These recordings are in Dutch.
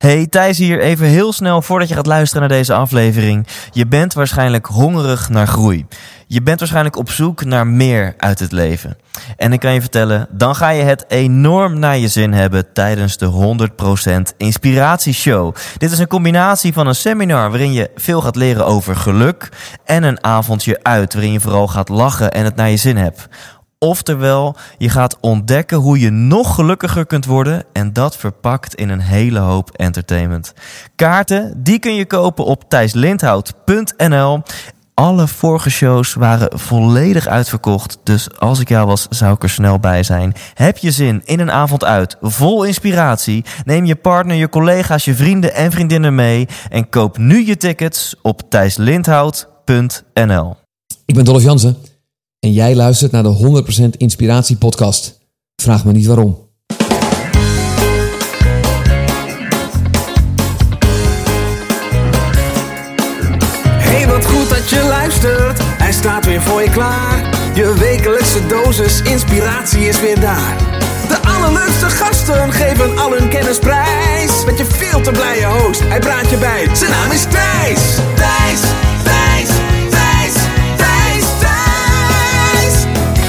Hey, Thijs hier. Even heel snel voordat je gaat luisteren naar deze aflevering. Je bent waarschijnlijk hongerig naar groei. Je bent waarschijnlijk op zoek naar meer uit het leven. En ik kan je vertellen, dan ga je het enorm naar je zin hebben tijdens de 100% Inspiratieshow. Dit is een combinatie van een seminar waarin je veel gaat leren over geluk en een avondje uit waarin je vooral gaat lachen en het naar je zin hebt. Oftewel, je gaat ontdekken hoe je nog gelukkiger kunt worden en dat verpakt in een hele hoop entertainment. Kaarten, die kun je kopen op thijslindhout.nl. Alle vorige shows waren volledig uitverkocht, dus als ik jou was, zou ik er snel bij zijn. Heb je zin in een avond uit, vol inspiratie? Neem je partner, je collega's, je vrienden en vriendinnen mee en koop nu je tickets op thijslindhout.nl. Ik ben Dolf Jansen en jij luistert naar de 100% Inspiratie podcast. Vraag me niet waarom. Hey, wat goed dat je luistert. Hij staat weer voor je klaar. Je wekelijkse dosis inspiratie is weer daar. De allerleukste gasten geven al hun kennis prijs. Met je veel te blije host, hij praat je bij. Zijn naam is Thijs. Thijs, Thijs, Thijs, Thijs, Thijs.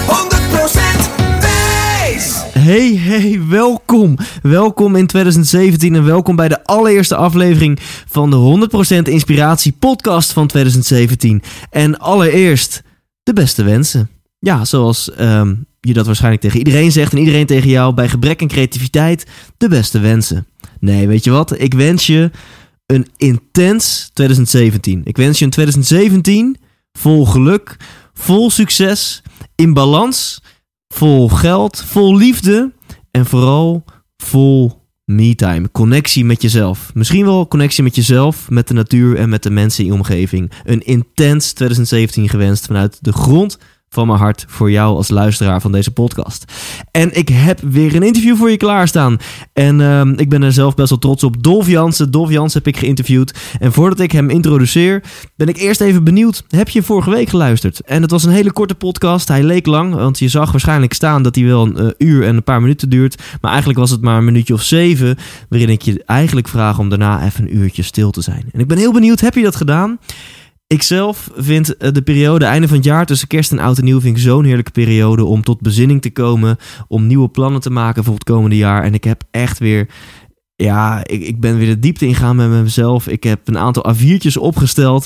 100% Thijs. Hey, welkom. Welkom in 2017 en welkom bij de allereerste aflevering van de 100% Inspiratie podcast van 2017. En allereerst de beste wensen. Ja, zoals je dat waarschijnlijk tegen iedereen zegt en iedereen tegen jou, bij gebrek aan creativiteit, de beste wensen. Nee, weet je wat? Ik wens je een intens 2017. Ik wens je een 2017 vol geluk, vol succes, in balans, vol geld, vol liefde en vooral vol me-time. Connectie met jezelf. Misschien wel connectie met jezelf, met de natuur en met de mensen in je omgeving. Een intens 2017 gewenst vanuit de grond van mijn hart voor jou als luisteraar van deze podcast. En ik heb weer een interview voor je klaarstaan. En ik ben er zelf best wel trots op. Dolf Jansen. Dolf Jansen heb ik geïnterviewd. En voordat ik hem introduceer, ben ik eerst even benieuwd. Heb je vorige week geluisterd? En het was een hele korte podcast. Hij leek lang, want je zag waarschijnlijk staan dat hij wel een uur en een paar minuten duurt. Maar eigenlijk was het maar een minuutje of 7, waarin ik je eigenlijk vraag om daarna even een uurtje stil te zijn. En ik ben heel benieuwd, heb je dat gedaan? Ik zelf vind de periode, einde van het jaar tussen kerst en oud en nieuw, vind ik zo'n heerlijke periode om tot bezinning te komen, om nieuwe plannen te maken voor het komende jaar. En ik heb echt weer, ik ben weer de diepte ingegaan met mezelf. Ik heb een aantal A4'tjes opgesteld.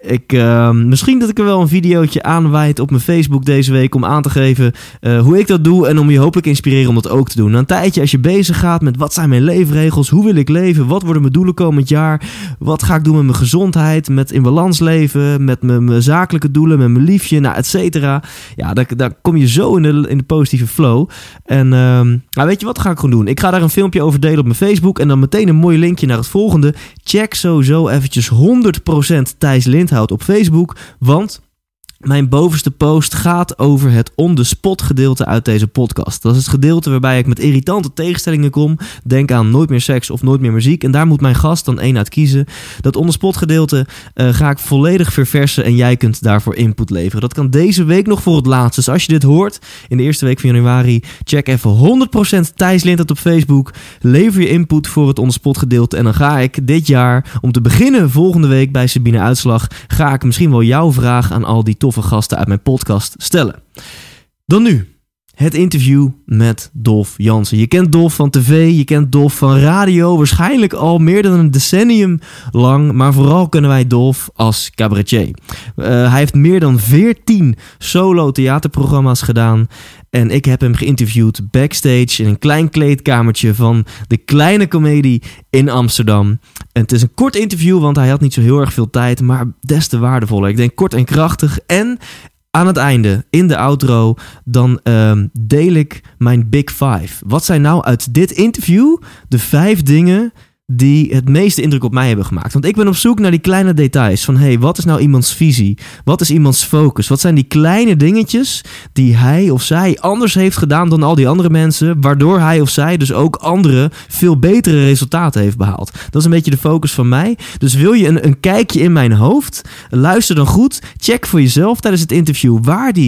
Misschien dat ik er wel een videootje aanwijd op mijn Facebook deze week om aan te geven hoe ik dat doe en om je hopelijk inspireren om dat ook te doen. Na een tijdje, als je bezig gaat met wat zijn mijn leefregels, hoe wil ik leven, wat worden mijn doelen komend jaar, wat ga ik doen met mijn gezondheid, met in balans leven, met mijn zakelijke doelen, met mijn liefje, et cetera. Ja, daar kom je zo in de positieve flow. En weet je wat ga ik gewoon doen? Ik ga daar een filmpje over delen op mijn Facebook. En dan meteen een mooi linkje naar het volgende. Check sowieso eventjes 100% Thijs Lindhout op Facebook. Want mijn bovenste post gaat over het on-the-spot gedeelte uit deze podcast. Dat is het gedeelte waarbij ik met irritante tegenstellingen kom. Denk aan Nooit meer seks of Nooit meer muziek. En daar moet mijn gast dan 1 uit kiezen. Dat on-the-spot gedeelte ga ik volledig verversen en jij kunt daarvoor input leveren. Dat kan deze week nog voor het laatst. Dus als je dit hoort in de eerste week van januari, check even 100% Thijs Lindhout op Facebook. Lever je input voor het on-the-spot gedeelte. En dan ga ik dit jaar, om te beginnen volgende week bij Sabine Uitslag, ga ik misschien wel jouw vraag aan al die toffe gasten uit mijn podcast stellen. Dan nu het interview met Dolf Jansen. Je kent Dolf van tv, je kent Dolf van radio, waarschijnlijk al meer dan een decennium lang, maar vooral kennen wij Dolf als cabaretier. Hij heeft meer dan 14 solo theaterprogramma's gedaan en ik heb hem geïnterviewd backstage in een klein kleedkamertje van de Kleine Comedie in Amsterdam. En het is een kort interview, want hij had niet zo heel erg veel tijd, maar des te waardevoller. Ik denk kort en krachtig. En aan het einde, in de outro, dan deel ik mijn Big 5. Wat zijn nou uit dit interview de 5 dingen die het meeste indruk op mij hebben gemaakt? Want ik ben op zoek naar die kleine details van, wat is nou iemands visie? Wat is iemands focus? Wat zijn die kleine dingetjes die hij of zij anders heeft gedaan dan al die andere mensen, waardoor hij of zij dus ook andere, veel betere resultaten heeft behaald? Dat is een beetje de focus van mij. Dus wil je een kijkje in mijn hoofd? Luister dan goed. Check voor jezelf tijdens het interview waar die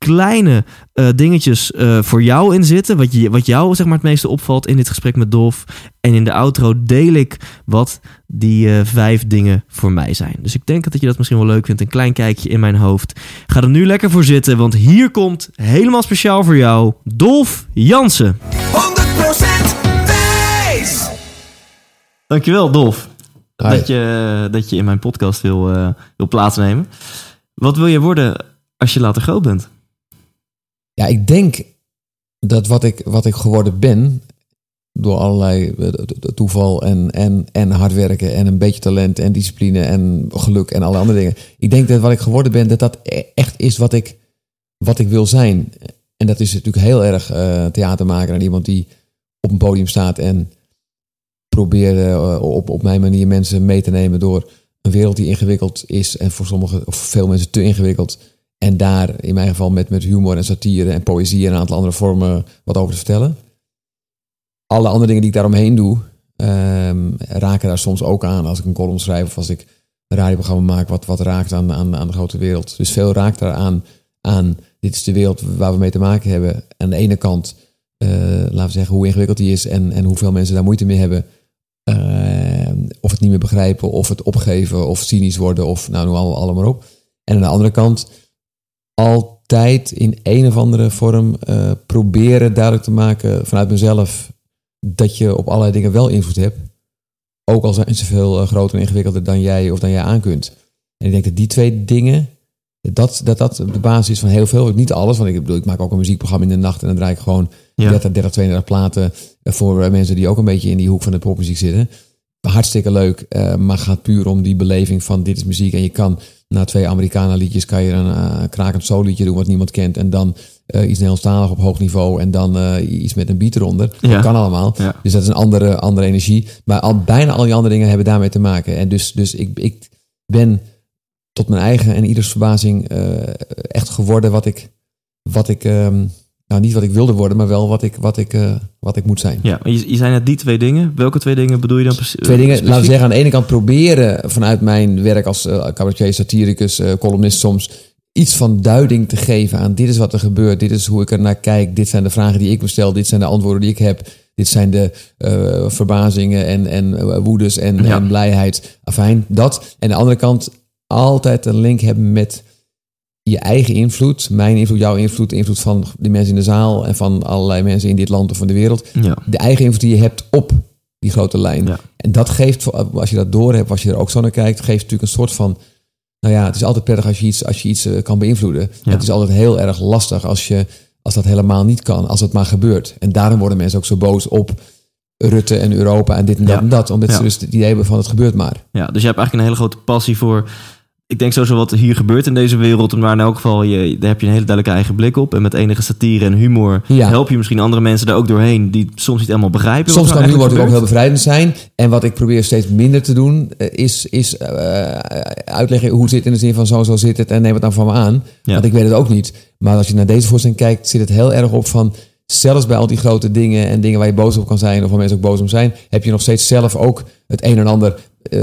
kleine dingetjes voor jou in zitten. Wat jou zeg maar het meeste opvalt in dit gesprek met Dolf. En in de outro deel ik wat die 5 dingen voor mij zijn. Dus ik denk dat je dat misschien wel leuk vindt. Een klein kijkje in mijn hoofd. Ga er nu lekker voor zitten, want hier komt helemaal speciaal voor jou Dolf Jansen. 100% wijs! Dankjewel, Dolf. Hi. Dat je in mijn podcast wil plaatsnemen. Wat wil je worden als je later groot bent? Ja, ik denk dat wat ik geworden ben, door allerlei toeval en hard werken en een beetje talent en discipline en geluk en alle andere dingen. Ik denk dat wat ik geworden ben, dat echt is wat ik wil zijn. En dat is natuurlijk heel erg theatermaker en iemand die op een podium staat en probeert op mijn manier mensen mee te nemen door een wereld die ingewikkeld is en voor sommigen of veel mensen te ingewikkeld. En daar in mijn geval met humor en satire en poëzie en een aantal andere vormen wat over te vertellen. Alle andere dingen die ik daaromheen doe, raken daar soms ook aan. Als ik een column schrijf of als ik een radioprogramma maak wat raakt aan de grote wereld. Dus veel raakt daar aan dit is de wereld waar we mee te maken hebben. Aan de ene kant, laten we zeggen, hoe ingewikkeld die is en hoeveel mensen daar moeite mee hebben. Of het niet meer begrijpen, of het opgeven, of cynisch worden, of nou allemaal op. En aan de andere kant altijd in een of andere vorm proberen duidelijk te maken vanuit mezelf dat je op allerlei dingen wel invloed hebt. Ook al zijn ze veel groter en ingewikkelder dan jij of dan jij aan kunt. En ik denk dat die 2 dingen, dat de basis is van heel veel. Niet alles, want ik maak ook een muziekprogramma in de nacht en dan draai ik gewoon 30, 32 platen voor mensen die ook een beetje in die hoek van de popmuziek zitten. Hartstikke leuk, maar gaat puur om die beleving van dit is muziek. En je kan na 2 Americana liedjes kan je een krakend soul-liedje doen wat niemand kent. En dan iets Nederlandstalig op hoog niveau. En dan iets met een beat eronder. Ja. Dat kan allemaal. Ja. Dus dat is een andere energie. Maar bijna al die andere dingen hebben daarmee te maken. En dus ik ben tot mijn eigen en ieders verbazing echt geworden wat ik nou, niet wat ik wilde worden, maar wel wat ik moet zijn. Ja, je zei net die 2 dingen. Welke 2 dingen bedoel je dan precies? 2 dingen, laten we zeggen, aan de ene kant proberen vanuit mijn werk als cabaretier, satiricus, columnist soms iets van duiding te geven aan dit is wat er gebeurt, dit is hoe ik er naar kijk, dit zijn de vragen die ik me stel, dit zijn de antwoorden die ik heb, dit zijn de verbazingen en woedes en blijheid. Afijn, dat. En aan de andere kant altijd een link hebben met je eigen invloed, mijn invloed, jouw invloed, de invloed van de mensen in de zaal en van allerlei mensen in dit land of van de wereld. Ja. De eigen invloed die je hebt op die grote lijn. Ja. En dat geeft, als je dat door hebt, als je er ook zo naar kijkt, geeft natuurlijk een soort van, nou ja, het is altijd prettig als je iets kan beïnvloeden. Ja. Het is altijd heel erg lastig als dat helemaal niet kan, als het maar gebeurt. En daarom worden mensen ook zo boos op Rutte en Europa en dit en dat en dat. Omdat ze dus het idee hebben van het gebeurt maar. Ja, dus je hebt eigenlijk een hele grote passie voor, ik denk sowieso wat hier gebeurt in deze wereld, maar in elk geval, daar heb je een hele duidelijke eigen blik op. En met enige satire en humor help je misschien andere mensen daar ook doorheen die soms niet helemaal begrijpen. Soms kan humor ook heel bevrijdend zijn. En wat ik probeer steeds minder te doen, is uitleggen hoe het zit in de zin van zo zit het en neem het dan van me aan. Ja. Want ik weet het ook niet. Maar als je naar deze voorstelling kijkt, zit het heel erg op van, zelfs bij al die grote dingen en dingen waar je boos op kan zijn of waar mensen ook boos om zijn, heb je nog steeds zelf ook het een en ander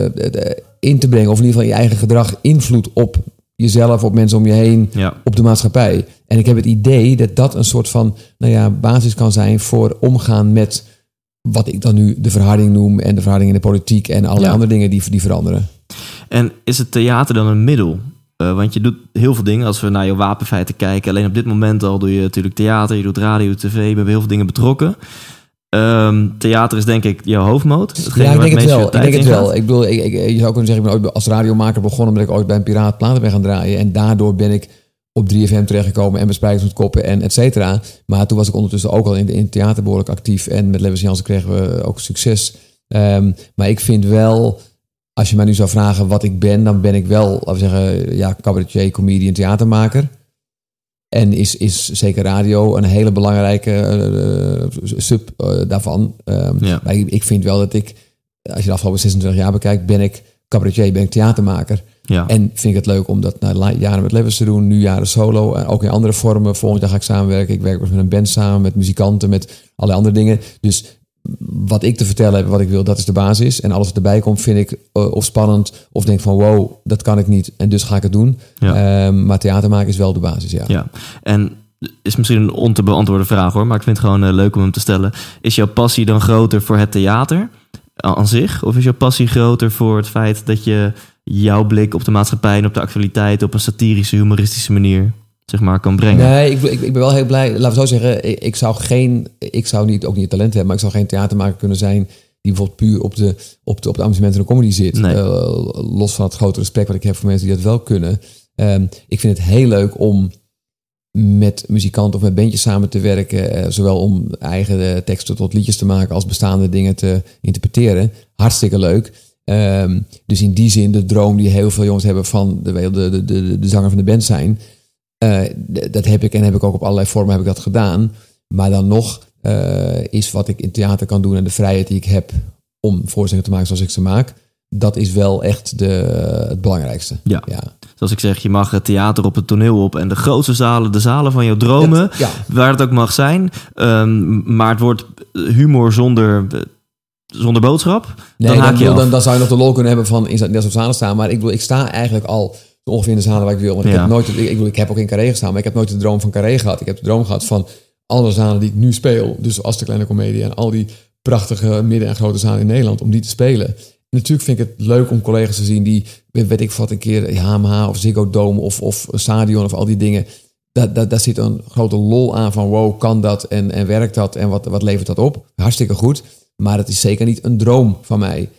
in te brengen. Of in ieder geval je eigen gedrag invloed op jezelf, op mensen om je heen, op de maatschappij. En ik heb het idee dat dat een soort van basis kan zijn voor omgaan met wat ik dan nu de verharding noem en de verharding in de politiek en allerlei andere dingen die veranderen. En is het theater dan een middel? Want je doet heel veel dingen. Als we naar je wapenfeiten kijken, alleen op dit moment al doe je natuurlijk theater, je doet radio, tv, je bent bij heel veel dingen betrokken. Theater is denk ik jouw hoofdmoot. Ja, ik denk het wel. Ik bedoel, je zou kunnen zeggen, ik ben ooit als radiomaker begonnen omdat ik ooit bij een piraat platen ben gaan draaien. En daardoor ben ik op 3FM terechtgekomen en Bespreidingsgoedkoppen en et cetera. Maar toen was ik ondertussen ook al in het theater behoorlijk actief. En met Lewis Jansen kregen we ook succes. Maar ik vind wel, als je mij nu zou vragen wat ik ben, dan ben ik wel, laten we zeggen, cabaretier, comedian, theatermaker. En is zeker radio een hele belangrijke sub daarvan. Maar ik vind wel dat ik, als je de afgelopen 26 jaar bekijkt, ben ik cabaretier, ben ik theatermaker. Ja. En vind ik het leuk om dat na jaren met Lewis te doen, nu jaren solo, ook in andere vormen. Volgend jaar ga ik samenwerken. Ik werk met een band samen, met muzikanten, met allerlei andere dingen. Dus wat ik te vertellen heb, wat ik wil, dat is de basis. En alles wat erbij komt, vind ik of spannend, of denk van wow, dat kan ik niet en dus ga ik het doen. Ja. Maar theater maken is wel de basis, Ja, en is misschien een on te beantwoorden vraag hoor, maar ik vind het gewoon leuk om hem te stellen. Is jouw passie dan groter voor het theater aan zich? Of is jouw passie groter voor het feit dat je jouw blik op de maatschappij en op de actualiteit op een satirische, humoristische manier, zeg maar, kan brengen? Nee, ik ben wel heel blij. Laten we zo zeggen, ik zou niet het talent hebben, maar ik zou geen theatermaker kunnen zijn die bijvoorbeeld puur op de amusement en de comedy zit. Nee. Los van het grote respect wat ik heb voor mensen die dat wel kunnen. Ik vind het heel leuk om met muzikanten of met bandjes samen te werken. Zowel om eigen teksten tot liedjes te maken als bestaande dingen te interpreteren. Hartstikke leuk. Dus in die zin de droom die heel veel jongens hebben van de zanger van de band zijn. Dat heb ik en heb ik ook op allerlei vormen heb ik dat gedaan. Maar dan nog is wat ik in theater kan doen en de vrijheid die ik heb om voorstellingen te maken zoals ik ze maak. Dat is wel echt het belangrijkste. Ja. Zoals ik zeg, je mag het theater op het toneel op en de grootste zalen, de zalen van jouw dromen, waar het ook mag zijn. Maar het wordt humor zonder boodschap. Nee, dan haak je af. Dan zou je nog de lol kunnen hebben van in dat soort zalen staan. Maar ik sta eigenlijk al ongeveer in de zalen waar ik wil. Want ik heb ook in Carré gestaan, maar ik heb nooit de droom van Carré gehad. Ik heb de droom gehad van alle zalen die ik nu speel. Dus als de Kleine Comedie en al die prachtige midden- en grote zalen in Nederland, om die te spelen. Natuurlijk vind ik het leuk om collega's te zien die, weet ik wat, een keer HMH of Ziggo Dome of Stadion of al die dingen. Daar zit een grote lol aan van wow, kan dat en werkt dat en wat levert dat op? Hartstikke goed, maar het is zeker niet een droom van mij.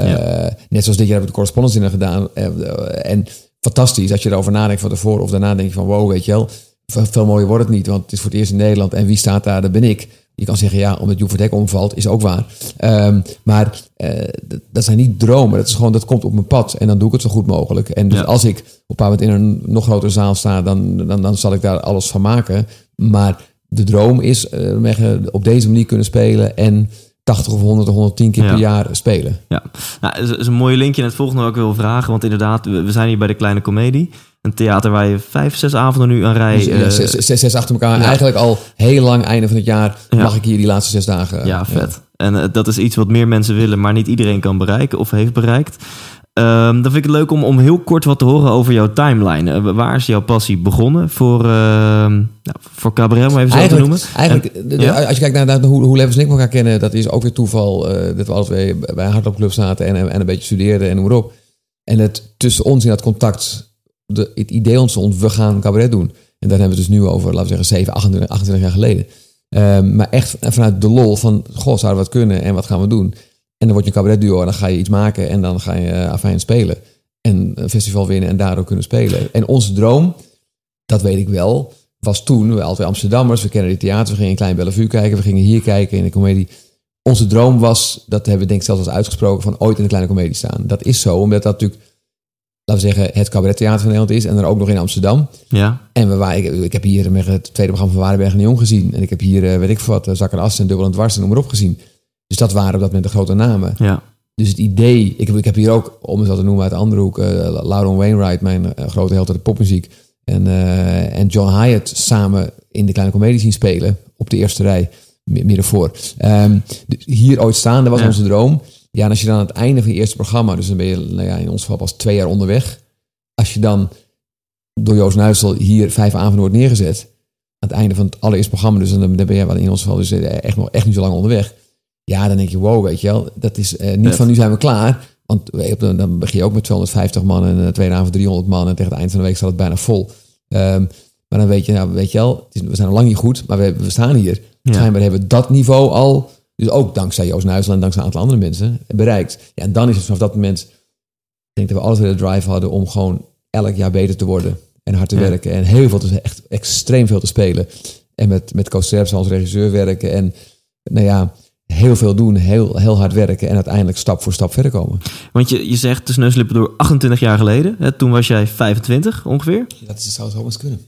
Net zoals dit jaar heb ik de correspondence in gedaan. En fantastisch, als je erover nadenkt van tevoren of daarna denk je van wow, weet je wel, veel mooier wordt het niet, want het is voor het eerst in Nederland en wie staat daar, dat ben ik. Je kan zeggen, ja, omdat Joep Verdek omvalt, is ook waar. Maar dat zijn niet dromen. Dat is gewoon, dat komt op mijn pad. En dan doe ik het zo goed mogelijk. En dus als ik op een moment in een nog grotere zaal sta, dan zal ik daar alles van maken. Maar de droom is op deze manier kunnen spelen en 80 of 100 of 110 keer per jaar spelen. Ja, nou, dat is een mooie linkje in het volgende wat ik wil vragen. Want inderdaad, we zijn hier bij de Kleine Comedie. Een theater waar je 5-6 avonden nu aan rijdt. 6 achter elkaar. Ja. Eigenlijk al heel lang, einde van het jaar, mag ik hier die laatste 6 dagen. Ja, vet. En dat is iets wat meer mensen willen, maar niet iedereen kan bereiken of heeft bereikt. Dan vind ik het leuk om heel kort wat te horen over jouw timeline. Waar is jouw passie begonnen voor cabaret, om even zo te noemen? Als je kijkt naar hoe Levens en ik elkaar kennen, dat is ook weer toeval dat we alle twee bij een hardloopclub zaten en een beetje studeerden en noem maar op. En het tussen ons in dat contact, het idee ontstond, we gaan cabaret doen. En daar hebben we het dus nu over, laten we zeggen, 28 jaar geleden. Maar echt vanuit de lol van, goh, zouden we wat kunnen en wat gaan we doen? En dan word je een cabaretduo en dan ga je iets maken en dan ga je afijn spelen. En een festival winnen en daardoor kunnen spelen. En onze droom, dat weet ik wel, was toen, we altijd Amsterdammers, we kennen die theaters, we gingen in Klein Bellevue kijken, we gingen hier kijken in de comedie. Onze droom was, dat hebben we denk ik zelfs als uitgesproken, van ooit in de Kleine Comedie staan. Dat is zo, omdat dat natuurlijk, laten we zeggen, het cabarettheater van Nederland is en dan ook nog in Amsterdam. Ja. En ik heb hier het tweede programma van Waardenberg en de Jong gezien. En ik heb hier, weet ik wat, Zak en As en Dubbel en Dwars en noem maar op gezien. Dus dat waren op dat moment de grote namen. Ja. Dus het idee, ik heb hier ook, om het wat te noemen uit de andere hoek, Loudon Wainwright, mijn grote held uit de popmuziek, en John Hyatt samen in de Kleine Comedie zien spelen, op de eerste rij, midden voor. Dus hier ooit staan, dat was onze droom. Ja, en als je dan aan het einde van je eerste programma, dus dan ben je in ons geval pas 2 jaar onderweg. Als je dan door Joost Nuisel hier 5 avonden wordt neergezet, aan het einde van het allereerste programma, dus dan ben je in ons geval dus echt niet zo lang onderweg. Ja, dan denk je, wow, weet je wel, dat is niet van nu zijn we klaar. Want dan begin je ook met 250 man en de tweede avond 300 man. En tegen het eind van de week staat het bijna vol. Maar dan weet je, weet je wel, we zijn nog lang niet goed, maar we staan hier. Ja. Schijnbaar hebben we dat niveau al, dus ook dankzij Joost Nuisel en dankzij een aantal andere mensen, bereikt. Ja, en dan is het vanaf dat moment, ik denk dat we alles weer de drive hadden om gewoon elk jaar beter te worden. En hard te werken. En heel veel echt extreem veel te spelen. En met Koos Terpstra als regisseur werken. En nou ja, heel veel doen, heel hard werken en uiteindelijk stap voor stap verder komen. Want je zegt de Neuslippen door 28 jaar geleden. Hè? Toen was jij 25 ongeveer. Dat zou zo eens kunnen.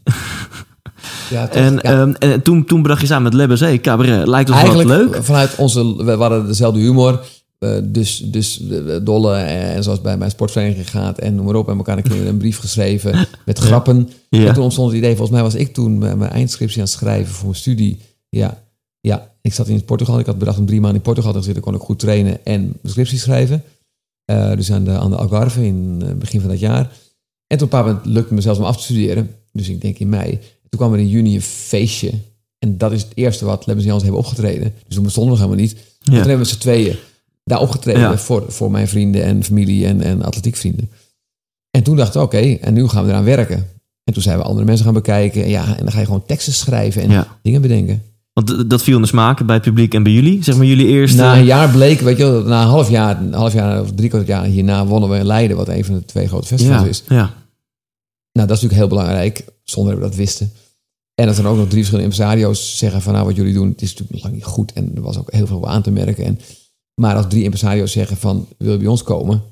Ja, en toen bedacht je samen met Lebbezee, cabaret, lijkt ons eigenlijk wat leuk. Vanuit we hadden dezelfde humor. Dus dolle en zoals bij mijn sportvereniging gaat en noem maar op. En elkaar een keer een brief geschreven met grappen. Ja. En toen ontstond het idee, volgens mij was ik toen mijn eindscriptie aan het schrijven voor mijn studie. Ja. Ja, ik zat in Portugal. Ik had bedacht om 3 maanden in Portugal te zitten. Kon ik goed trainen en scriptie schrijven. Dus aan de Algarve in het begin van dat jaar. En toen op een paar moment lukte het me zelfs om af te studeren. Dus ik denk in mei. Toen kwam er in juni een feestje. En dat is het eerste wat Lebbes Jans hebben opgetreden. Dus toen bestonden we nog helemaal niet. Toen hebben we met z'n tweeën daar opgetreden voor mijn vrienden en familie en atletiekvrienden. En toen dachten we, oké, en nu gaan we eraan werken. En toen zijn we andere mensen gaan bekijken. En dan ga je gewoon teksten schrijven en dingen bedenken. Want dat viel in de smaak bij het publiek en bij jullie? Zeg maar jullie eerste... Na een jaar bleek, weet je wel, na een half jaar of 3/4 jaar hierna wonnen we in Leiden, wat een van de 2 grote festivals is. Ja. Nou, dat is natuurlijk heel belangrijk, zonder dat we dat wisten. En dat er ook nog 3 verschillende impresario's zeggen van, nou, wat jullie doen, het is natuurlijk nog lang niet goed. En er was ook heel veel aan te merken. Maar als 3 impresario's zeggen van, wil je bij ons komen?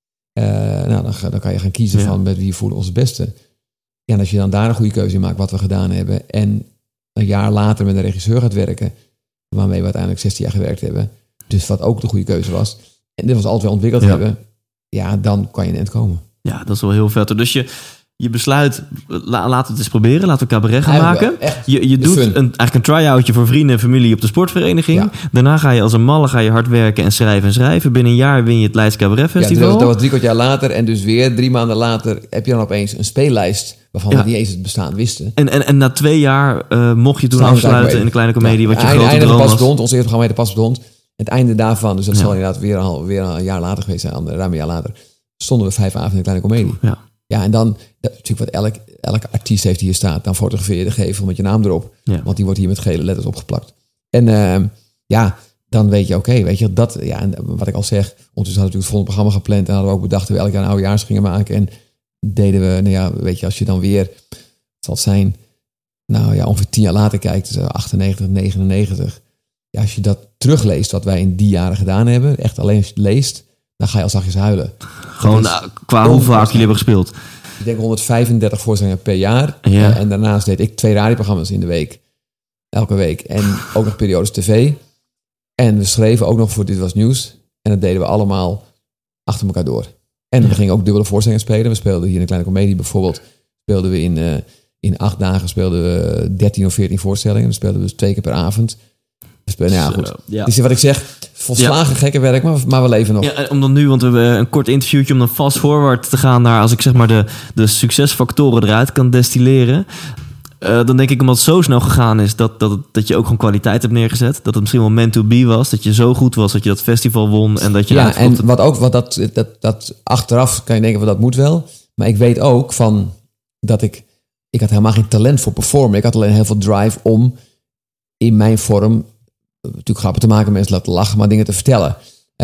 Dan kan je gaan kiezen van, met wie voelen we ons het beste. Ja, en als je dan daar een goede keuze in maakt, wat we gedaan hebben, en een jaar later met een regisseur gaat werken, waarmee we uiteindelijk 16 jaar gewerkt hebben. Dus wat ook de goede keuze was. En dit was altijd wel ontwikkeld hebben. Ja, dan kan je in het eind komen. Ja, dat is wel heel vet. Dus je besluit, laten we het eens proberen. Laten we cabaret gaan maken. Je doet eigenlijk een try-outje voor vrienden en familie op de sportvereniging. Ja. Daarna ga je als een malle hard werken en schrijven. Binnen een jaar win je het Leids Cabaret Festival. Ja, dat was 3/4 jaar later. En dus weer 3 maanden later heb je dan opeens een speellijst waarvan we niet eens het bestaan wisten. En na 2 jaar mocht je toen afsluiten in de kleine comedie. Wat je grote droom was. Ons eerste programma heette Pas Bedond. Het einde daarvan, dus dat zal inderdaad weer een jaar later geweest zijn. Ruim een jaar later stonden we 5 avonden in de kleine comedie. Ja, en dan, natuurlijk wat elke artiest heeft hier staat, dan fotografeer je de gevel met je naam erop. Ja. Want die wordt hier met gele letters opgeplakt. En dan weet je, weet je, dat, en wat ik al zeg, ondertussen hadden we natuurlijk het volgende programma gepland en hadden we ook bedacht dat we elk jaar een oudejaars gingen maken. En deden we, weet je, als je dan weer, het zal zijn, ongeveer 10 jaar later kijkt, dus 98, 99. Ja, als je dat terugleest, wat wij in die jaren gedaan hebben, echt alleen als je het leest, dan ga je al zachtjes huilen. Gewoon qua hoe vaak jullie hebben gespeeld. Ik denk 135 voorstellingen per jaar. Ja. En daarnaast deed ik 2 radioprogramma's in de week. Elke week. En ook nog periodes tv. En we schreven ook nog voor Dit Was Nieuws. En dat deden we allemaal achter elkaar door. En we gingen ook dubbele voorstellingen spelen. We speelden hier in de kleine comedie bijvoorbeeld. Speelden we in 8 dagen speelden we 13 of 14 voorstellingen. We speelden dus 2 keer per avond. Goed. Dus wat ik zeg, volslagen gekke werk, maar we leven nog. Ja, om dan nu, want we hebben een kort interviewtje om dan fast forward te gaan naar, als ik zeg maar de succesfactoren eruit kan destilleren. Dan denk ik, omdat het zo snel gegaan is, dat je ook gewoon kwaliteit hebt neergezet. Dat het misschien wel meant to be was. Dat je zo goed was dat je dat festival won. En dat je dat achteraf kan je denken van dat moet wel. Maar ik weet ook van dat ik had helemaal geen talent voor performen. Ik had alleen heel veel drive om in mijn vorm natuurlijk grappen te maken, mensen laten lachen, maar dingen te vertellen.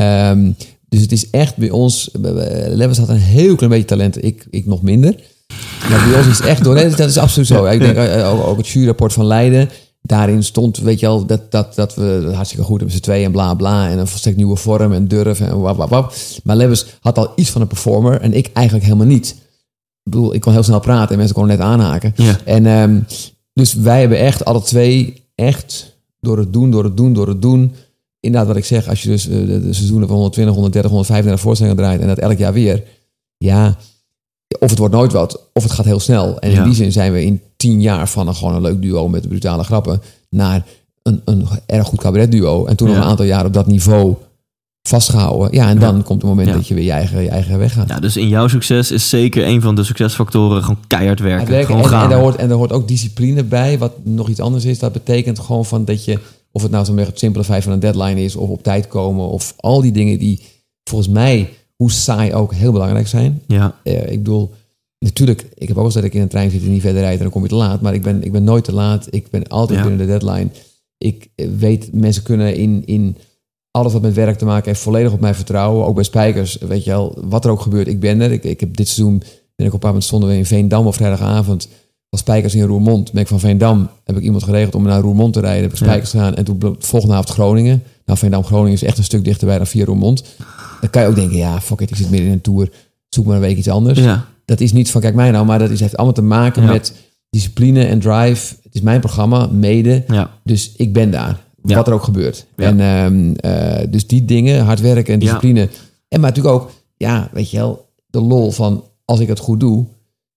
Dus het is echt bij ons, Lebbes had een heel klein beetje talent, ik nog minder. Maar bij ons is het echt door. Nee, dat is absoluut zo. Ik denk ook het juryrapport van Leiden, daarin stond, weet je wel, dat we dat hartstikke goed met z'n tweeën en bla bla en een volstrekt nieuwe vorm en durf en wap. Maar Lebbes had al iets van een performer en ik eigenlijk helemaal niet. Ik bedoel, ik kon heel snel praten en mensen konden net aanhaken. Ja. En dus wij hebben echt alle 2 echt door het doen. Inderdaad, wat ik zeg, als je dus de seizoenen van 120, 130, 135 voorstellingen draait en dat elk jaar weer. Ja, of het wordt nooit wat, of het gaat heel snel. En in die zin zijn we in 10 jaar van gewoon een leuk duo met brutale grappen naar een erg goed cabaretduo. En toen nog een aantal jaar op dat niveau vastgehouden. Ja, en dan komt het moment dat je weer je eigen weg gaat. Ja, dus in jouw succes is zeker een van de succesfactoren gewoon keihard werken. Gewoon gaan. En daar hoort ook discipline bij, wat nog iets anders is. Dat betekent gewoon van dat je, of het nou zo'n het simpele feit van een deadline is, of op tijd komen, of al die dingen die volgens mij, hoe saai ook, heel belangrijk zijn. Ja. Ik bedoel, natuurlijk, ik heb ook eens dat ik in een trein zit en niet verder rijdt en dan kom je te laat. Maar ik ben nooit te laat. Ik ben altijd binnen de deadline. Ik weet, mensen kunnen in alles wat met werk te maken heeft volledig op mij vertrouwen. Ook bij Spijkers, weet je wel, wat er ook gebeurt, ik ben er. Ik heb dit seizoen, op een paar momenten stonden we in Veendam op vrijdagavond. Als Spijkers in Roermond, ben ik van Veendam, heb ik iemand geregeld om naar Roermond te rijden. Heb Spijkers gaan en toen volgende avond Groningen. Nou, Veendam-Groningen is echt een stuk dichterbij dan via Roermond. Dan kan je ook denken, ja, fuck it, ik zit midden in een tour. Zoek maar een week iets anders. Ja. Dat is niet van, kijk mij nou, maar dat heeft allemaal te maken met discipline en drive. Het is mijn programma, mede. Ja. Dus ik ben daar. Ja. Wat er ook gebeurt. Ja. En dus die dingen, hard werken en discipline. Ja. En maar natuurlijk ook, ja, weet je wel, de lol van als ik het goed doe,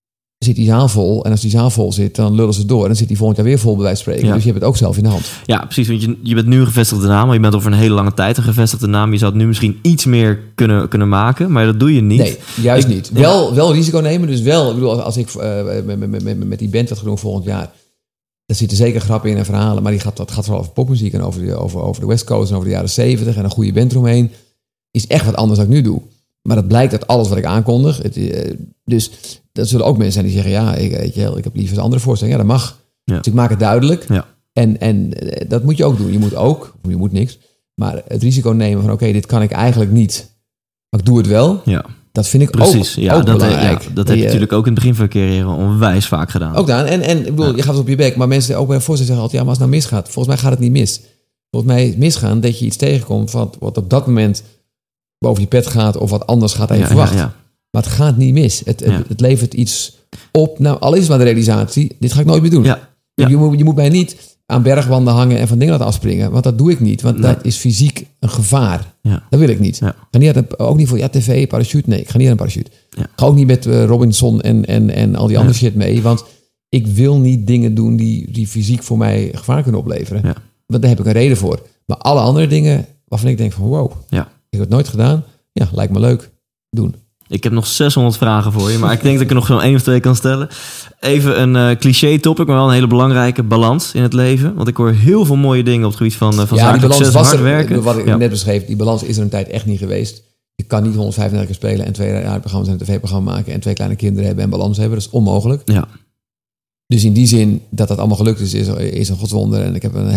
zit die zaal vol. En als die zaal vol zit, dan lullen ze door. En dan zit die volgend jaar weer vol, bij wijze van spreken. Ja. Dus je hebt het ook zelf in de hand. Ja, precies. Want je bent nu een gevestigde naam, maar je bent over een hele lange tijd een gevestigde naam. Je zou het nu misschien iets meer kunnen maken, maar dat doe je niet. Nee, juist niet. Wel risico nemen. Dus wel, ik bedoel, als ik met die band wat ga doen volgend jaar, daar zitten zeker grappen in en verhalen. Maar dat gaat vooral over popmuziek en over de West Coast en over de jaren 70 en een goede band eromheen. Is echt wat anders dan ik nu doe. Maar dat blijkt uit alles wat ik aankondig. Dus dat zullen ook mensen zijn die zeggen, ja, ik heb liever een andere voorstelling. Ja, dat mag. Ja. Dus ik maak het duidelijk. Ja. En dat moet je ook doen. Je moet niks. Maar het risico nemen van, oké, dit kan ik eigenlijk niet. Maar ik doe het wel. Ja. Dat vind ik precies. ook belangrijk. Dat heb je natuurlijk ook in het begin van je carrière onwijs vaak gedaan. Ook gedaan. En ik bedoel, je gaat het op je bek. Maar mensen ook bij een voorstelling zeggen altijd, ja, maar als het nou misgaat. Volgens mij gaat het niet mis. Volgens mij is misgaan dat je iets tegenkomt wat op dat moment boven je pet gaat of wat anders gaat dan je verwacht. Ja. Maar het gaat niet mis. Het levert iets op. Nou, al is het maar de realisatie, dit ga ik nooit meer doen. Ja. Je moet mij niet aan bergwanden hangen en van dingen laten afspringen. Want dat doe ik niet. Want dat is fysiek een gevaar. Ja. Dat wil ik niet. Ja. Ik ga niet ook niet voor tv, parachute. Nee, ik ga niet aan een parachute. Ja. Ik ga ook niet met Robinson en al die andere shit mee. Want ik wil niet dingen doen die fysiek voor mij gevaar kunnen opleveren. Ja. Want daar heb ik een reden voor. Maar alle andere dingen waarvan ik denk van wow, Ja. ik heb het nooit gedaan. Ja, lijkt me leuk. Doen. Ik heb nog 600 vragen voor je, maar ik denk dat ik er nog zo'n 1 of 2 kan stellen. Even een cliché topic, maar wel een hele belangrijke balans in het leven. Want ik hoor heel veel mooie dingen op het gebied van zakelijk succes, hard werken. Wat ik net beschreef, die balans is er een tijd echt niet geweest. Je kan niet 135 keer spelen en 2 radioprogramma's en een tv-programma maken en 2 kleine kinderen hebben en balans hebben. Dat is onmogelijk. Ja. Dus in die zin dat allemaal gelukt is een godswonder. En ik heb een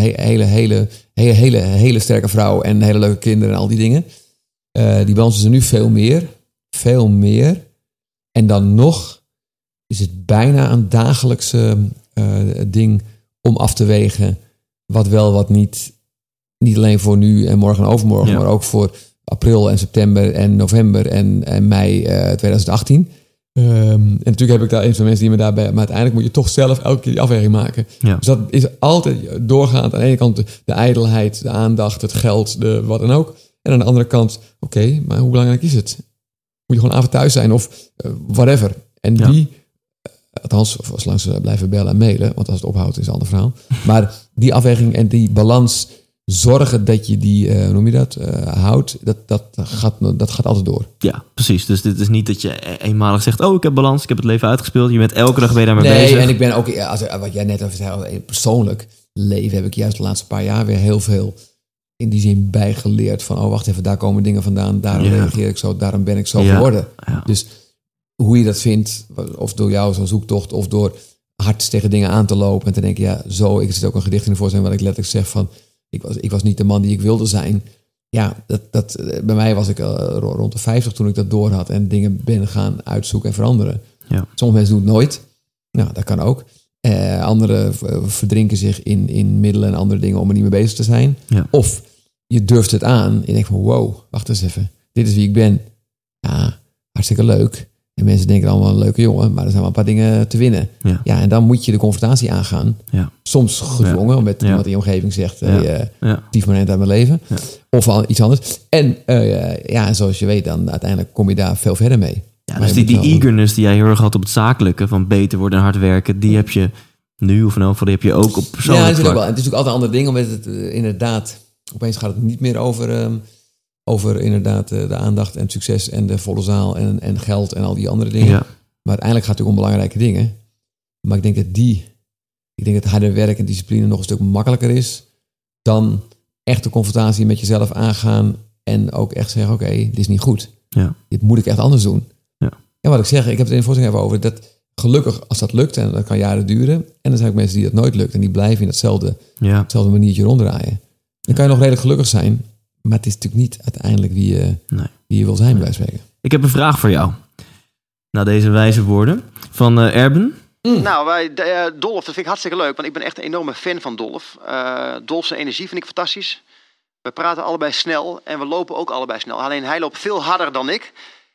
hele sterke vrouw en hele leuke kinderen en al die dingen. Die balans is er nu veel meer. Veel meer. En dan nog is het bijna een dagelijkse ding om af te wegen wat wel, wat niet. Niet alleen voor nu en morgen en overmorgen, maar ook voor april en september en november en mei 2018. En natuurlijk heb ik daar een van de mensen die me daarbij. Maar uiteindelijk moet je toch zelf elke keer die afweging maken. Ja. Dus dat is altijd doorgaand. Aan de ene kant de ijdelheid, de aandacht, het geld, wat dan ook. En aan de andere kant, oké, maar hoe belangrijk is het? Moet je gewoon avond thuis zijn of whatever. En die, althans, zolang ze blijven bellen en mailen, want als het ophoudt is een ander verhaal. Maar die afweging en die balans, zorgen dat je die, hoe noem je dat, houdt, dat gaat altijd door. Ja, precies. Dus dit is niet dat je eenmalig zegt, ik heb balans, ik heb het leven uitgespeeld. Je bent elke dag weer daarmee bezig. Nee, en ik ben ook, wat jij net over zei, persoonlijk leven heb ik juist de laatste paar jaar weer heel veel in die zin bijgeleerd van, wacht even, daar komen dingen vandaan, daarom reageer ik zo, daarom ben ik zo geworden. Ja. Dus hoe je dat vindt, of door jou zo'n zoektocht, of door hard tegen dingen aan te lopen en te denken, ik zit ook een gedicht in de voorstelling waar ik letterlijk zeg van, ik was niet de man die ik wilde zijn. Ja, bij mij was ik rond de 50 toen ik dat door had en dingen ben gaan uitzoeken en veranderen. Ja. Sommige mensen doen het nooit. Nou, dat kan ook. Anderen verdrinken zich in middelen en andere dingen om er niet mee bezig te zijn. Ja. Of je durft het aan en je denkt van wow, wacht eens even. Dit is wie ik ben. Ja, hartstikke leuk. En mensen denken allemaal een leuke jongen, maar er zijn wel een paar dingen te winnen. Ja, en dan moet je de confrontatie aangaan. Ja. Soms gedwongen, met iemand in je omgeving zegt, actief moment uit mijn leven. Ja. Of iets anders. En zoals je weet, dan uiteindelijk kom je daar veel verder mee. Ja, dus die eagerness die jij heel erg had op het zakelijke, van beter worden en hard werken, die heb je nu, of in elk geval, die heb je ook op persoonlijk vlak. Ja, wel. En het is natuurlijk altijd een ander ding, omdat het inderdaad, opeens gaat het niet meer over inderdaad de aandacht en het succes en de volle zaal en geld en al die andere dingen. Ja. Maar uiteindelijk gaat het ook om belangrijke dingen. Maar ik denk dat harder werk en discipline nog een stuk makkelijker is dan echt de confrontatie met jezelf aangaan en ook echt zeggen, oké, dit is niet goed. Ja. Dit moet ik echt anders doen. Ja. En wat ik zeg, ik heb het in de voorstelling even over, dat gelukkig als dat lukt, en dat kan jaren duren, en er zijn ook mensen die dat nooit lukt en die blijven in hetzelfde maniertje ronddraaien. Dan kan je nog redelijk gelukkig zijn, maar het is natuurlijk niet uiteindelijk wie je wil zijn, bij wijze van spreken. Ik heb een vraag voor jou. Na deze wijze woorden van Erben. Nou, Dolf, dat vind ik hartstikke leuk, want ik ben echt een enorme fan van Dolf. Dolf's energie vind ik fantastisch. We praten allebei snel en we lopen ook allebei snel. Alleen hij loopt veel harder dan ik.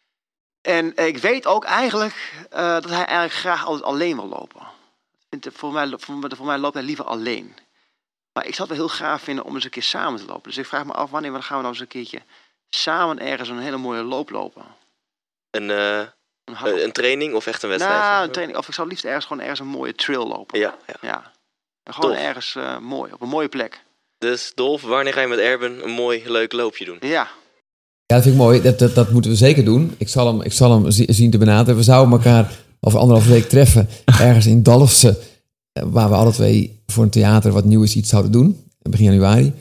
En ik weet ook eigenlijk dat hij eigenlijk graag altijd alleen wil lopen. Voor mij loopt hij liever alleen. Maar ik zou het wel heel gaaf vinden om eens een keer samen te lopen. Dus ik vraag me af, wanneer gaan we nou eens een keertje samen ergens een hele mooie loop lopen? Een Een training of echt een wedstrijd? Nou, een training. Of ik zou liefst ergens een mooie trail lopen. Ja. En gewoon Tof. ergens mooi, op een mooie plek. Dus Dolf, wanneer ga je met Erben een mooi, leuk loopje doen? Ja. Ja, dat vind ik mooi. Dat moeten we zeker doen. Ik zal hem zien te benaderen. We zouden elkaar over 1,5 week treffen. Ergens in Dalfsen. Waar we alle twee voor een theater wat nieuws iets zouden doen. Begin januari.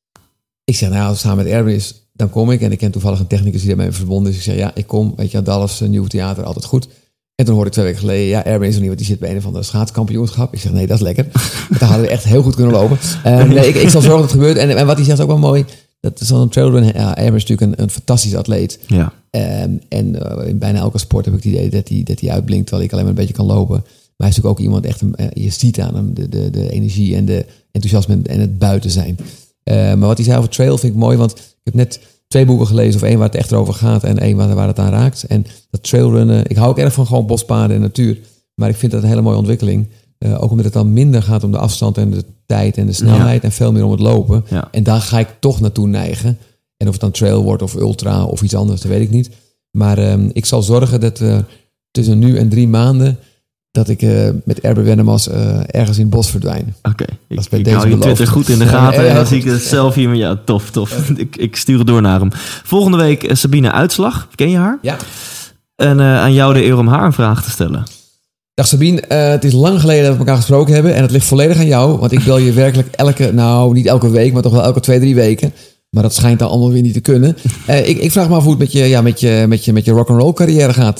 Ik zeg, als het samen met Erben is, dan kom ik. En ik ken toevallig een technicus die daarmee verbonden is. Ik zeg, ik kom. Weet je, Dalfsen, nieuw theater, altijd goed. En toen hoorde ik 2 weken geleden, Erben is er niet, want die zit bij een of andere schaatskampioenschap. Ik zeg, nee, dat is lekker. Dan hadden we echt heel goed kunnen lopen. Nee, ik zal zorgen dat het gebeurt. En wat hij zegt ook wel mooi. Dat is dan een trailrun. Erben is natuurlijk een fantastisch atleet. Ja. In bijna elke sport heb ik het idee dat hij uitblinkt, terwijl ik alleen maar een beetje kan lopen. Maar hij is natuurlijk ook iemand echt, je ziet aan hem de energie en de enthousiasme en het buiten zijn. Maar wat hij zei over trail vind ik mooi, want ik heb net 2 boeken gelezen, of 1 waar het echt over gaat en 1 waar het aan raakt. En dat trailrunnen, ik hou ook erg van gewoon bospaden en natuur, maar ik vind dat een hele mooie ontwikkeling. Ook omdat het dan minder gaat om de afstand en de tijd en de snelheid en veel meer om het lopen. Ja. En daar ga ik toch naartoe neigen. En of het dan trail wordt of ultra of iets anders, dat weet ik niet. Maar ik zal zorgen dat tussen nu en 3 maanden dat ik met Erben Wennemars ergens in het bos verdwijn. Oké. Ik hou je Twitter goed in de gaten en dan zie ik het zelf hier. Maar ja, tof. Ik stuur het door naar hem. Volgende week Sabine Uitslag. Ken je haar? Ja. En aan jou de eer om haar een vraag te stellen. Dag Sabine, het is lang geleden dat we elkaar gesproken hebben. En het ligt volledig aan jou. Want ik bel je werkelijk niet elke week, maar toch wel elke 2-3 weken. Maar dat schijnt dan allemaal weer niet te kunnen. Ik vraag me af hoe het met je rock'n'roll carrière gaat.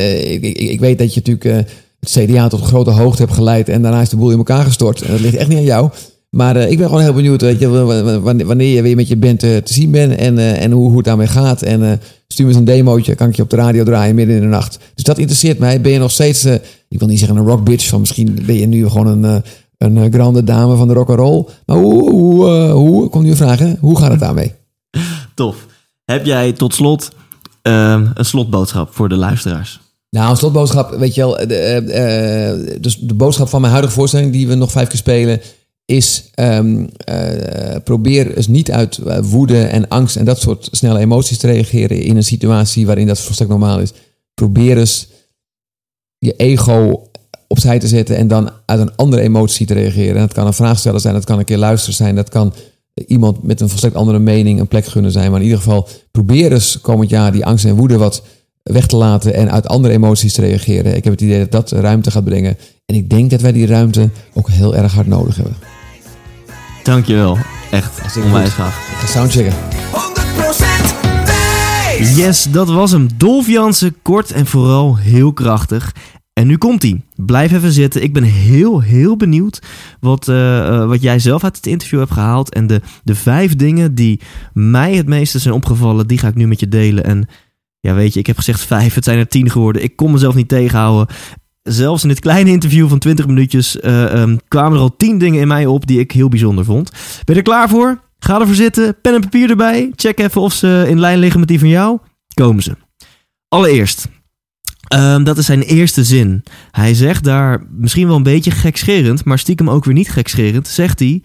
Ik weet dat je natuurlijk het CDA tot grote hoogte hebt geleid. En daarna is de boel in elkaar gestort. En dat ligt echt niet aan jou. Maar ik ben gewoon heel benieuwd, weet je, wanneer je weer met je band te zien bent. En hoe het daarmee gaat. En stuur me zo'n demootje, kan ik je op de radio draaien midden in de nacht. Dus dat interesseert mij. Ben je nog steeds, ik wil niet zeggen een rockbitch. Van misschien ben je nu gewoon een grande dame van de rock'n'roll. Maar hoe komt nu een vraag, hè? Hoe gaat het daarmee? Tof. Heb jij tot slot een slotboodschap voor de luisteraars? Nou, een slotboodschap, weet je wel. Dus de boodschap van mijn huidige voorstelling, die we nog 5 keer spelen, is probeer eens niet uit woede en angst en dat soort snelle emoties te reageren in een situatie waarin dat volstrekt normaal is. Probeer eens je ego opzij te zetten en dan uit een andere emotie te reageren. En dat kan een vraagsteller zijn, dat kan een keer luisteren zijn, dat kan iemand met een volstrekt andere mening een plek gunnen zijn. Maar in ieder geval, probeer eens komend jaar die angst en woede wat weg te laten en uit andere emoties te reageren. Ik heb het idee dat dat ruimte gaat brengen. En ik denk dat wij die ruimte ook heel erg hard nodig hebben. Dankjewel. Echt onwijs gaaf. Ik ga soundchecken. 100% wijs! Yes, dat was hem. Dolf Jansen, kort en vooral heel krachtig. En nu komt hij. Blijf even zitten. Ik ben heel benieuwd wat jij zelf uit het interview hebt gehaald. En de 5 dingen die mij het meeste zijn opgevallen, die ga ik nu met je delen. En ja, weet je, ik heb gezegd 5, het zijn er 10 geworden. Ik kon mezelf niet tegenhouden. Zelfs in dit kleine interview van 20 minuutjes kwamen er al 10 dingen in mij op die ik heel bijzonder vond. Ben je er klaar voor? Ga ervoor zitten, pen en papier erbij. Check even of ze in lijn liggen met die van jou. Komen ze. Allereerst, dat is zijn eerste zin. Hij zegt daar, misschien wel een beetje gekscherend, maar stiekem ook weer niet gekscherend, zegt hij: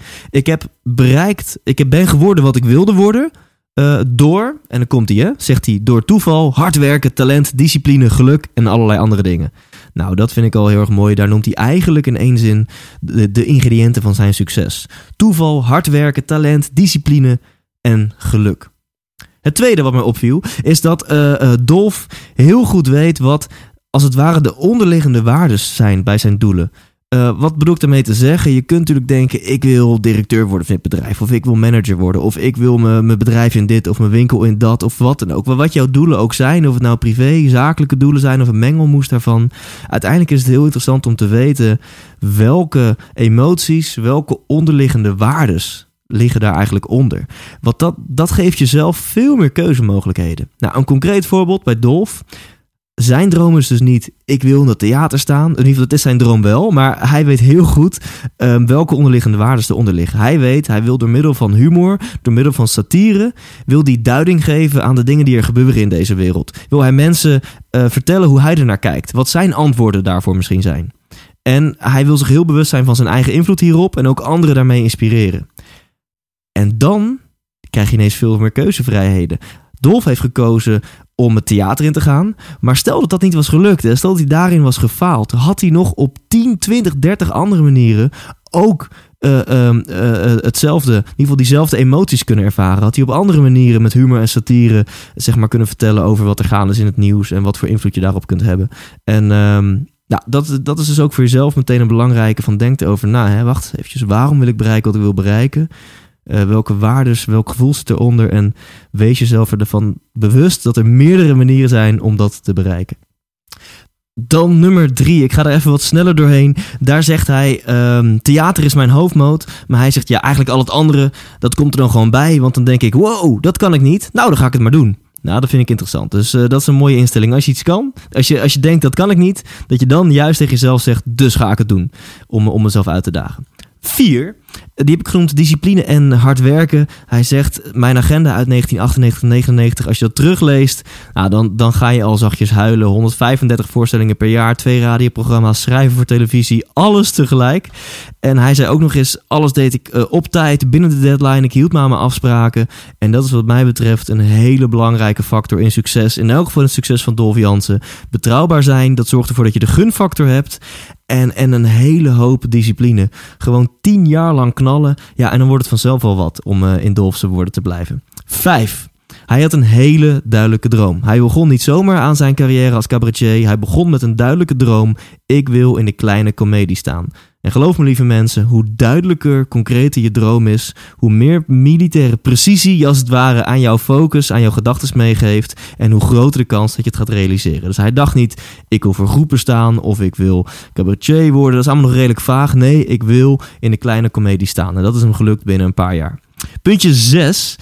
ik ben geworden wat ik wilde worden. Door, en dan komt hij, zegt hij, door toeval, hard werken, talent, discipline, geluk en allerlei andere dingen. Nou, dat vind ik al heel erg mooi. Daar noemt hij eigenlijk in 1 zin de ingrediënten van zijn succes. Toeval, hard werken, talent, discipline en geluk. Het tweede wat mij opviel is dat Dolf heel goed weet wat als het ware de onderliggende waarden zijn bij zijn doelen. Wat bedoel ik daarmee te zeggen? Je kunt natuurlijk denken, ik wil directeur worden van dit bedrijf. Of ik wil manager worden. Of ik wil mijn bedrijf in dit. Of mijn winkel in dat. Of wat dan ook. Maar wat jouw doelen ook zijn. Of het nou privé, zakelijke doelen zijn. Of een mengelmoes daarvan. Uiteindelijk is het heel interessant om te weten welke emoties, welke onderliggende waardes liggen daar eigenlijk onder. Want dat geeft jezelf veel meer keuzemogelijkheden. Nou, een concreet voorbeeld bij Dolf. Zijn droom is dus niet, ik wil in dat theater staan. In ieder geval, dat is zijn droom wel. Maar hij weet heel goed welke onderliggende waarden eronder liggen. Hij wil door middel van humor, door middel van satire, wil die duiding geven aan de dingen die er gebeuren in deze wereld. Wil hij mensen vertellen hoe hij ernaar kijkt. Wat zijn antwoorden daarvoor misschien zijn. En hij wil zich heel bewust zijn van zijn eigen invloed hierop. En ook anderen daarmee inspireren. En dan krijg je ineens veel meer keuzevrijheden. Dolf heeft gekozen om het theater in te gaan. Maar stel dat dat niet was gelukt, stel dat hij daarin was gefaald, had hij nog op 10, 20, 30 andere manieren ook hetzelfde, in ieder geval diezelfde emoties kunnen ervaren. Had hij op andere manieren met humor en satire zeg maar kunnen vertellen over wat er gaande is in het nieuws en wat voor invloed je daarop kunt hebben. En dat is dus ook voor jezelf meteen een belangrijke van denk erover na. Wacht eventjes, waarom wil ik bereiken wat ik wil bereiken? Welke waardes, welk gevoel zit eronder? En wees jezelf ervan bewust dat er meerdere manieren zijn om dat te bereiken. Dan nummer 3. Ik ga er even wat sneller doorheen. Daar zegt hij, theater is mijn hoofdmoot. Maar hij zegt, ja, eigenlijk al het andere, dat komt er dan gewoon bij. Want dan denk ik, wow, dat kan ik niet. Nou, dan ga ik het maar doen. Nou, dat vind ik interessant. Dus dat is een mooie instelling. Als je iets kan, als je denkt, dat kan ik niet, dat je dan juist tegen jezelf zegt, dus ga ik het doen. Om mezelf uit te dagen. 4, die heb ik genoemd discipline en hard werken. Hij zegt, mijn agenda uit 1998-99, als je dat terugleest, nou, dan ga je al zachtjes huilen. 135 voorstellingen per jaar, 2 radioprogramma's, schrijven voor televisie, alles tegelijk. En hij zei ook nog eens, alles deed ik op tijd, binnen de deadline, ik hield me aan mijn afspraken. En dat is wat mij betreft een hele belangrijke factor in succes. In elk geval het succes van Dolf Jansen. Betrouwbaar zijn, dat zorgt ervoor dat je de gunfactor hebt. En een hele hoop discipline. Gewoon 10 jaar lang knallen. Ja, en dan wordt het vanzelf wel wat om in Dolfse woorden te blijven. 5. Hij had een hele duidelijke droom. Hij begon niet zomaar aan zijn carrière als cabaretier. Hij begon met een duidelijke droom. Ik wil in de kleine komedie staan. En geloof me, lieve mensen, hoe duidelijker, concreter je droom is, hoe meer militaire precisie je als het ware aan jouw focus, aan jouw gedachten meegeeft en hoe groter de kans dat je het gaat realiseren. Dus hij dacht niet, ik wil voor groepen staan of ik wil cabaretier worden. Dat is allemaal nog redelijk vaag. Nee, ik wil in de kleine komedie staan. En dat is hem gelukt binnen een paar jaar. Puntje 6.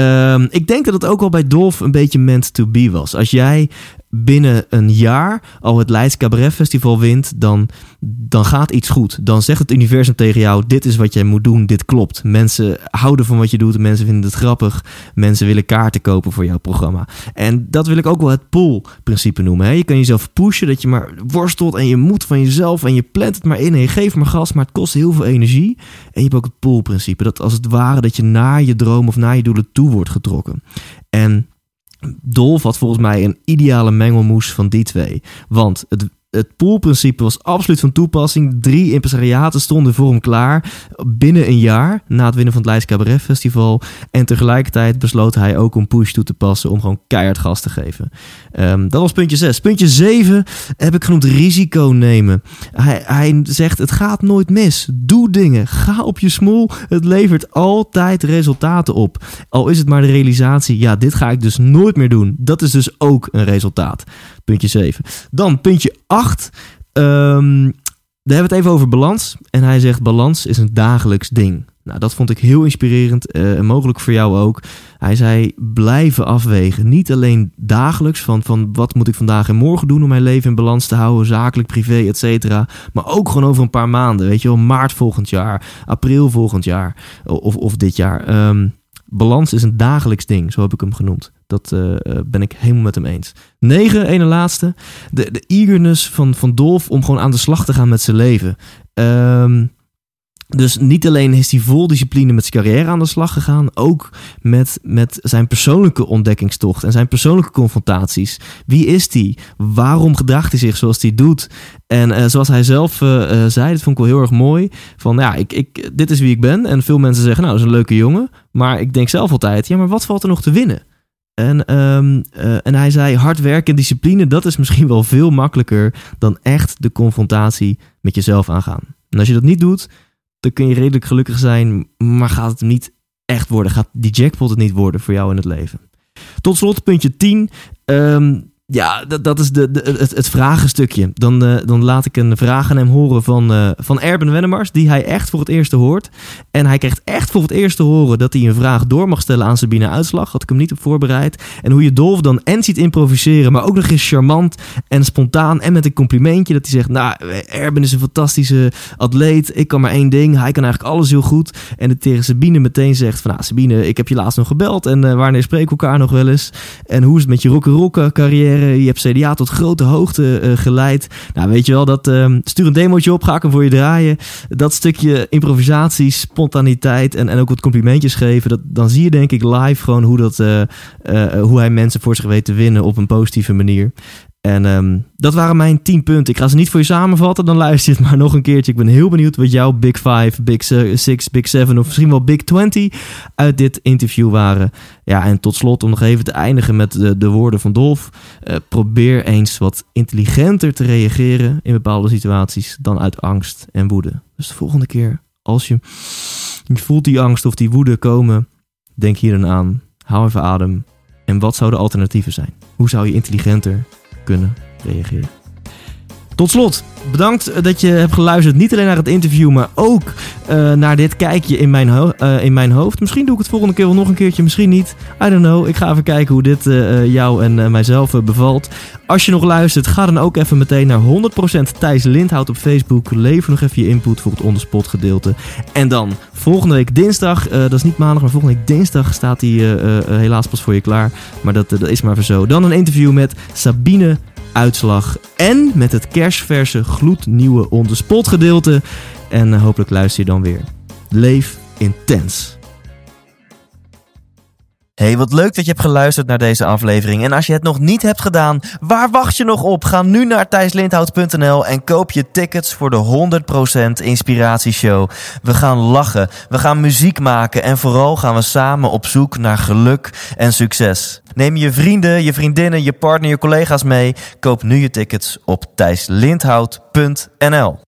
Ik denk dat het ook al bij Dolf een beetje meant to be was. Als jij binnen een jaar al het Leids Cabaret Festival wint, dan gaat iets goed. Dan zegt het universum tegen jou, dit is wat jij moet doen, dit klopt. Mensen houden van wat je doet, mensen vinden het grappig. Mensen willen kaarten kopen voor jouw programma. En dat wil ik ook wel het pull-principe noemen. Hè? Je kan jezelf pushen, dat je maar worstelt en je moet van jezelf en je plant het maar in en je geeft maar gas, maar het kost heel veel energie. En je hebt ook het pull-principe, dat als het ware dat je naar je droom of naar je doelen toe wordt getrokken. En Dolf had volgens mij een ideale mengelmoes van die twee. Want het poolprincipe was absoluut van toepassing. 3 impresariaten stonden voor hem klaar binnen een jaar na het winnen van het Leids Cabaret Festival. En tegelijkertijd besloot hij ook om Push toe te passen om gewoon keihard gas te geven. Dat was puntje 6. Puntje 7 heb ik genoemd risico nemen. Hij zegt, het gaat nooit mis. Doe dingen. Ga op je smoel. Het levert altijd resultaten op. Al is het maar de realisatie, ja, dit ga ik dus nooit meer doen. Dat is dus ook een resultaat. Puntje 7. Dan puntje 8. Daar hebben we het even over balans. En hij zegt, balans is een dagelijks ding. Nou, dat vond ik heel inspirerend en mogelijk voor jou ook. Hij zei, blijven afwegen. Niet alleen dagelijks van wat moet ik vandaag en morgen doen om mijn leven in balans te houden, zakelijk, privé, et cetera. Maar ook gewoon over een paar maanden. Weet je wel, maart volgend jaar, april volgend jaar of dit jaar. Balans is een dagelijks ding, zo heb ik hem genoemd. Dat ben ik helemaal met hem eens. 9, ene laatste. De eagerness van Dolf om gewoon aan de slag te gaan met zijn leven. Dus niet alleen is hij vol discipline met zijn carrière aan de slag gegaan, ook met zijn persoonlijke ontdekkingstocht en zijn persoonlijke confrontaties. Wie is hij? Waarom gedraagt hij zich zoals hij doet? En zoals hij zelf zei, dat vond ik wel heel erg mooi, van ja, dit is wie ik ben. En veel mensen zeggen, nou, dat is een leuke jongen. Maar ik denk zelf altijd, ja, maar wat valt er nog te winnen? En hij zei, hard werken en discipline, dat is misschien wel veel makkelijker dan echt de confrontatie met jezelf aangaan. En als je dat niet doet, dan kun je redelijk gelukkig zijn, maar gaat het niet echt worden? Gaat die jackpot het niet worden voor jou in het leven? Tot slot, puntje 10. Ja, dat is het vragenstukje. Dan laat ik een vraag aan hem horen van Erben Wennemars, die hij echt voor het eerst hoort. En hij krijgt echt voor het eerst te horen dat hij een vraag door mag stellen aan Sabine Uitslag. Had ik hem niet op voorbereid. En hoe je Dolf dan en ziet improviseren, maar ook nog eens charmant en spontaan en met een complimentje. Dat hij zegt, nou, Erben is een fantastische atleet. Ik kan maar 1 ding. Hij kan eigenlijk alles heel goed. En het tegen Sabine meteen zegt van, nou, Sabine, ik heb je laatst nog gebeld. En wanneer spreken we elkaar nog wel eens? En hoe is het met je rock'n'roll carrière? carrière. Je hebt CDA tot grote hoogte geleid. Nou, weet je wel, stuur een demootje op, ga ik hem voor je draaien. Dat stukje improvisatie, spontaniteit en ook wat complimentjes geven. Dan zie je denk ik live gewoon hoe hij mensen voor zich weet te winnen op een positieve manier. En dat waren mijn 10 punten. Ik ga ze niet voor je samenvatten, dan luister je het maar nog een keertje. Ik ben heel benieuwd wat jouw Big 5, Big 6, Big 7 of misschien wel Big 20 uit dit interview waren. Ja, en tot slot om nog even te eindigen met de woorden van Dolf. Probeer eens wat intelligenter te reageren in bepaalde situaties dan uit angst en woede. Dus de volgende keer als je voelt die angst of die woede komen, denk hier dan aan. Hou even adem. En wat zouden alternatieven zijn? Hoe zou je intelligenter kunnen reageren? Tot slot, bedankt dat je hebt geluisterd. Niet alleen naar het interview, maar ook naar dit kijkje in mijn hoofd. Misschien doe ik het volgende keer wel nog een keertje, misschien niet. I don't know. Ik ga even kijken hoe dit jou en mijzelf bevalt. Als je nog luistert, ga dan ook even meteen naar 100% Thijs Lindhout op Facebook. Lever nog even je input voor het onderspot gedeelte. En dan volgende week dinsdag, dat is niet maandag, maar volgende week dinsdag staat hij helaas pas voor je klaar. Maar dat is maar even zo. Dan een interview met Sabine Uitslag en met het kersverse gloednieuwe On The Spot gedeelte. En hopelijk luister je dan weer. Leef intens. Hey, wat leuk dat je hebt geluisterd naar deze aflevering. En als je het nog niet hebt gedaan, waar wacht je nog op? Ga nu naar thijslindhout.nl en koop je tickets voor de 100% Inspiratieshow. We gaan lachen, we gaan muziek maken en vooral gaan we samen op zoek naar geluk en succes. Neem je vrienden, je vriendinnen, je partner, je collega's mee. Koop nu je tickets op thijslindhout.nl.